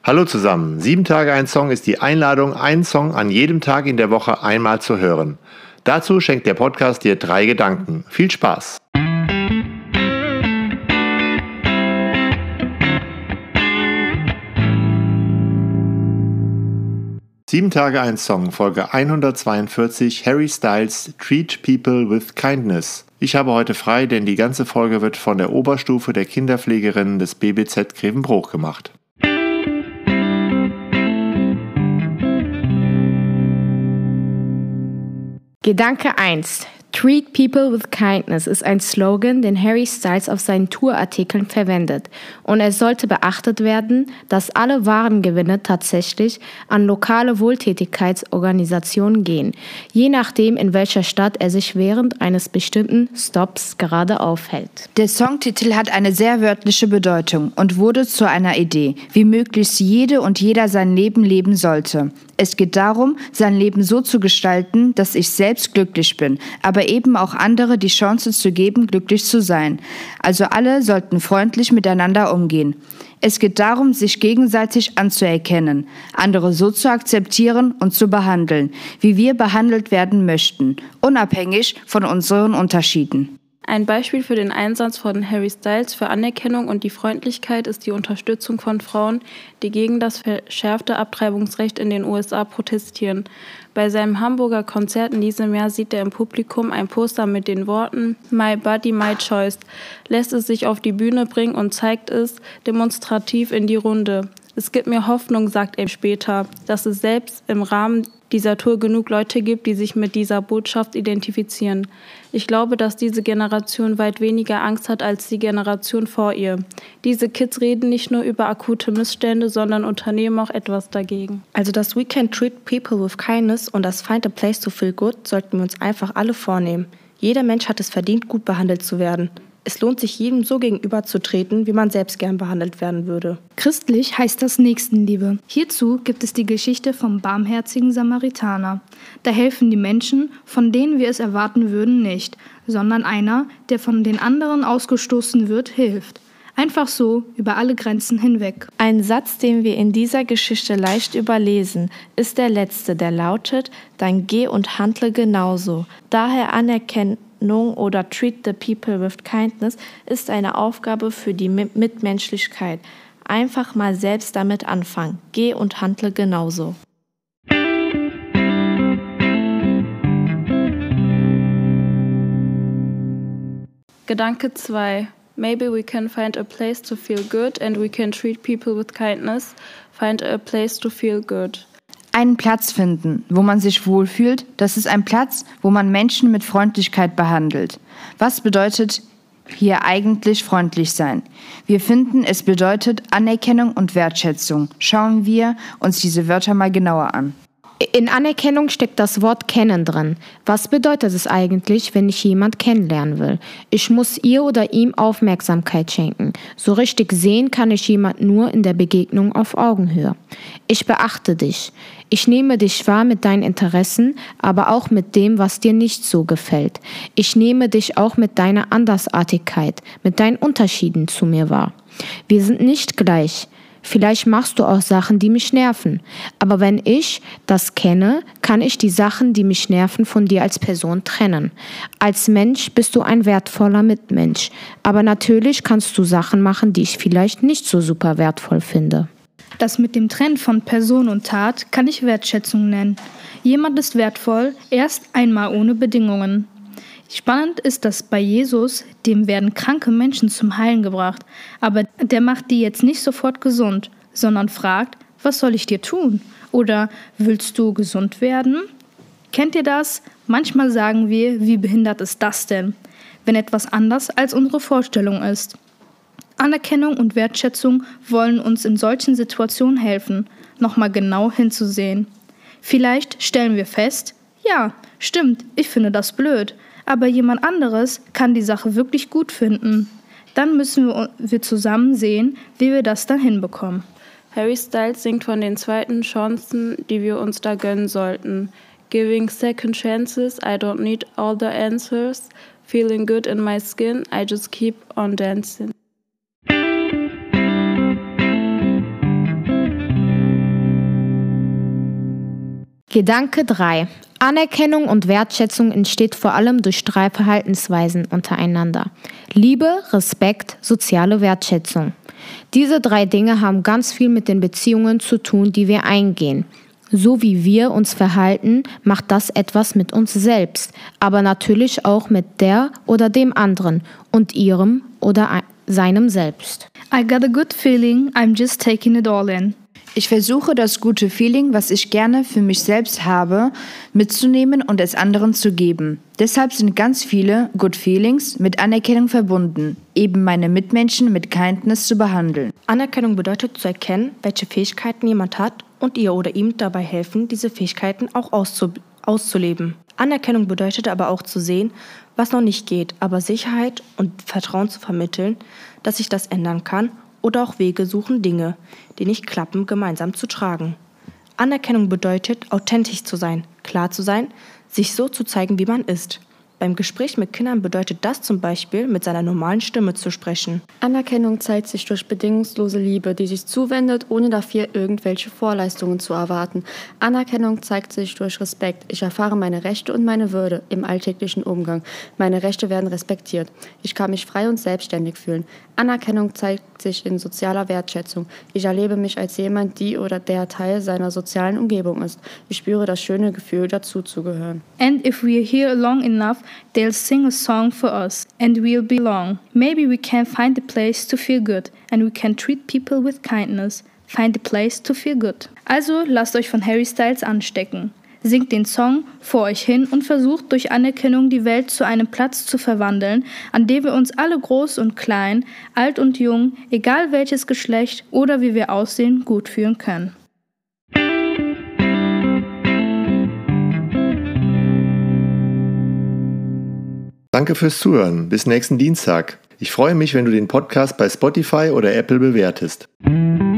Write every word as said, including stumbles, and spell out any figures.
Hallo zusammen, sieben Tage ein Song ist die Einladung, einen Song an jedem Tag in der Woche einmal zu hören. Dazu schenkt der Podcast dir drei Gedanken. Viel Spaß! sieben Tage ein Song, Folge hundertzweiundvierzig, Harry Styles, Treat People with Kindness. Ich habe heute frei, denn die ganze Folge wird von der Oberstufe der Kinderpflegerinnen des B B Z Grevenbroich gemacht. Gedanke eins. Treat People with Kindness ist ein Slogan, den Harry Styles auf seinen Tourartikeln verwendet. Und es sollte beachtet werden, dass alle Warengewinne tatsächlich an lokale Wohltätigkeitsorganisationen gehen, je nachdem, in welcher Stadt er sich während eines bestimmten Stops gerade aufhält. Der Songtitel hat eine sehr wörtliche Bedeutung und wurde zu einer Idee, wie möglichst jede und jeder sein Leben leben sollte. Es geht darum, sein Leben so zu gestalten, dass ich selbst glücklich bin, aber eben auch andere die Chance zu geben, glücklich zu sein. Also alle sollten freundlich miteinander umgehen. Es geht darum, sich gegenseitig anzuerkennen, andere so zu akzeptieren und zu behandeln, wie wir behandelt werden möchten, unabhängig von unseren Unterschieden. Ein Beispiel für den Einsatz von Harry Styles für Anerkennung und die Freundlichkeit ist die Unterstützung von Frauen, die gegen das verschärfte Abtreibungsrecht in den U S A protestieren. Bei seinem Hamburger Konzert in diesem Jahr sieht er im Publikum ein Poster mit den Worten "My Body, My Choice", lässt es sich auf die Bühne bringen und zeigt es demonstrativ in die Runde. Es gibt mir Hoffnung, sagt er später, dass es selbst im Rahmen dieser Tour genug Leute gibt, die sich mit dieser Botschaft identifizieren. Ich glaube, dass diese Generation weit weniger Angst hat als die Generation vor ihr. Diese Kids reden nicht nur über akute Missstände, sondern unternehmen auch etwas dagegen. Also das We Can Treat People with Kindness und das Find a Place to Feel Good sollten wir uns einfach alle vornehmen. Jeder Mensch hat es verdient, gut behandelt zu werden. Es lohnt sich, jedem so gegenüberzutreten, wie man selbst gern behandelt werden würde. Christlich heißt das Nächstenliebe. Hierzu gibt es die Geschichte vom barmherzigen Samaritaner. Da helfen die Menschen, von denen wir es erwarten würden, nicht, sondern einer, der von den anderen ausgestoßen wird, hilft. Einfach so, über alle Grenzen hinweg. Ein Satz, den wir in dieser Geschichte leicht überlesen, ist der letzte, der lautet: Dann geh und handle genauso. Daher Anerkennung oder Treat the People with Kindness ist eine Aufgabe für die Mitmenschlichkeit. Einfach mal selbst damit anfangen. Geh und handle genauso. Gedanke zwei. Maybe we can find a place to feel good and we can treat people with kindness. Find a place to feel good. Einen Platz finden, wo man sich wohlfühlt, das ist ein Platz, wo man Menschen mit Freundlichkeit behandelt. Was bedeutet hier eigentlich freundlich sein? Wir finden, es bedeutet Anerkennung und Wertschätzung. Schauen wir uns diese Wörter mal genauer an. In Anerkennung steckt das Wort kennen drin. Was bedeutet es eigentlich, wenn ich jemand kennenlernen will? Ich muss ihr oder ihm Aufmerksamkeit schenken. So richtig sehen kann ich jemand nur in der Begegnung auf Augenhöhe. Ich beachte dich. Ich nehme dich wahr mit deinen Interessen, aber auch mit dem, was dir nicht so gefällt. Ich nehme dich auch mit deiner Andersartigkeit, mit deinen Unterschieden zu mir wahr. Wir sind nicht gleich. Vielleicht machst du auch Sachen, die mich nerven. Aber wenn ich das kenne, kann ich die Sachen, die mich nerven, von dir als Person trennen. Als Mensch bist du ein wertvoller Mitmensch. Aber natürlich kannst du Sachen machen, die ich vielleicht nicht so super wertvoll finde. Das mit dem Trennen von Person und Tat kann ich Wertschätzung nennen. Jemand ist wertvoll, erst einmal ohne Bedingungen. Spannend ist, dass bei Jesus, dem werden kranke Menschen zum Heilen gebracht, aber der macht die jetzt nicht sofort gesund, sondern fragt: Was soll ich dir tun? Oder willst du gesund werden? Kennt ihr das? Manchmal sagen wir: Wie behindert ist das denn? Wenn etwas anders als unsere Vorstellung ist. Anerkennung und Wertschätzung wollen uns in solchen Situationen helfen, nochmal genau hinzusehen. Vielleicht stellen wir fest: Ja, stimmt, ich finde das blöd. Aber jemand anderes kann die Sache wirklich gut finden. Dann müssen wir, wir zusammen sehen, wie wir das dann hinbekommen. Harry Styles singt von den zweiten Chancen, die wir uns da gönnen sollten. Giving second chances, I don't need all the answers. Feeling good in my skin, I just keep on dancing. Gedanke drei. Anerkennung und Wertschätzung entsteht vor allem durch drei Verhaltensweisen untereinander. Liebe, Respekt, soziale Wertschätzung. Diese drei Dinge haben ganz viel mit den Beziehungen zu tun, die wir eingehen. So wie wir uns verhalten, macht das etwas mit uns selbst, aber natürlich auch mit der oder dem anderen und ihrem oder seinem Selbst. I got a good feeling, I'm just taking it all in. Ich versuche, das gute Feeling, was ich gerne für mich selbst habe, mitzunehmen und es anderen zu geben. Deshalb sind ganz viele Good Feelings mit Anerkennung verbunden, eben meine Mitmenschen mit Kindness zu behandeln. Anerkennung bedeutet zu erkennen, welche Fähigkeiten jemand hat und ihr oder ihm dabei helfen, diese Fähigkeiten auch auszu- auszuleben. Anerkennung bedeutet aber auch zu sehen, was noch nicht geht, aber Sicherheit und Vertrauen zu vermitteln, dass sich das ändern kann, oder auch Wege suchen, Dinge, die nicht klappen, gemeinsam zu tragen. Anerkennung bedeutet, authentisch zu sein, klar zu sein, sich so zu zeigen, wie man ist. Beim Gespräch mit Kindern bedeutet das zum Beispiel, mit seiner normalen Stimme zu sprechen. Anerkennung zeigt sich durch bedingungslose Liebe, die sich zuwendet, ohne dafür irgendwelche Vorleistungen zu erwarten. Anerkennung zeigt sich durch Respekt. Ich erfahre meine Rechte und meine Würde im alltäglichen Umgang. Meine Rechte werden respektiert. Ich kann mich frei und selbstständig fühlen. Anerkennung zeigt sich in sozialer Wertschätzung. Ich erlebe mich als jemand, die oder der Teil seiner sozialen Umgebung ist. Ich spüre das schöne Gefühl, dazuzugehören. And if we're here long enough, they'll sing a song for us, and we'll belong. Maybe we can find a place to feel good, and we can treat people with kindness. Find a place to feel good. Also lasst euch von Harry Styles anstecken. Singt den Song vor euch hin und versucht durch Anerkennung die Welt zu einem Platz zu verwandeln, an dem wir uns alle groß und klein, alt und jung, egal welches Geschlecht oder wie wir aussehen, gut fühlen können. Danke fürs Zuhören. Bis nächsten Dienstag. Ich freue mich, wenn du den Podcast bei Spotify oder Apple bewertest.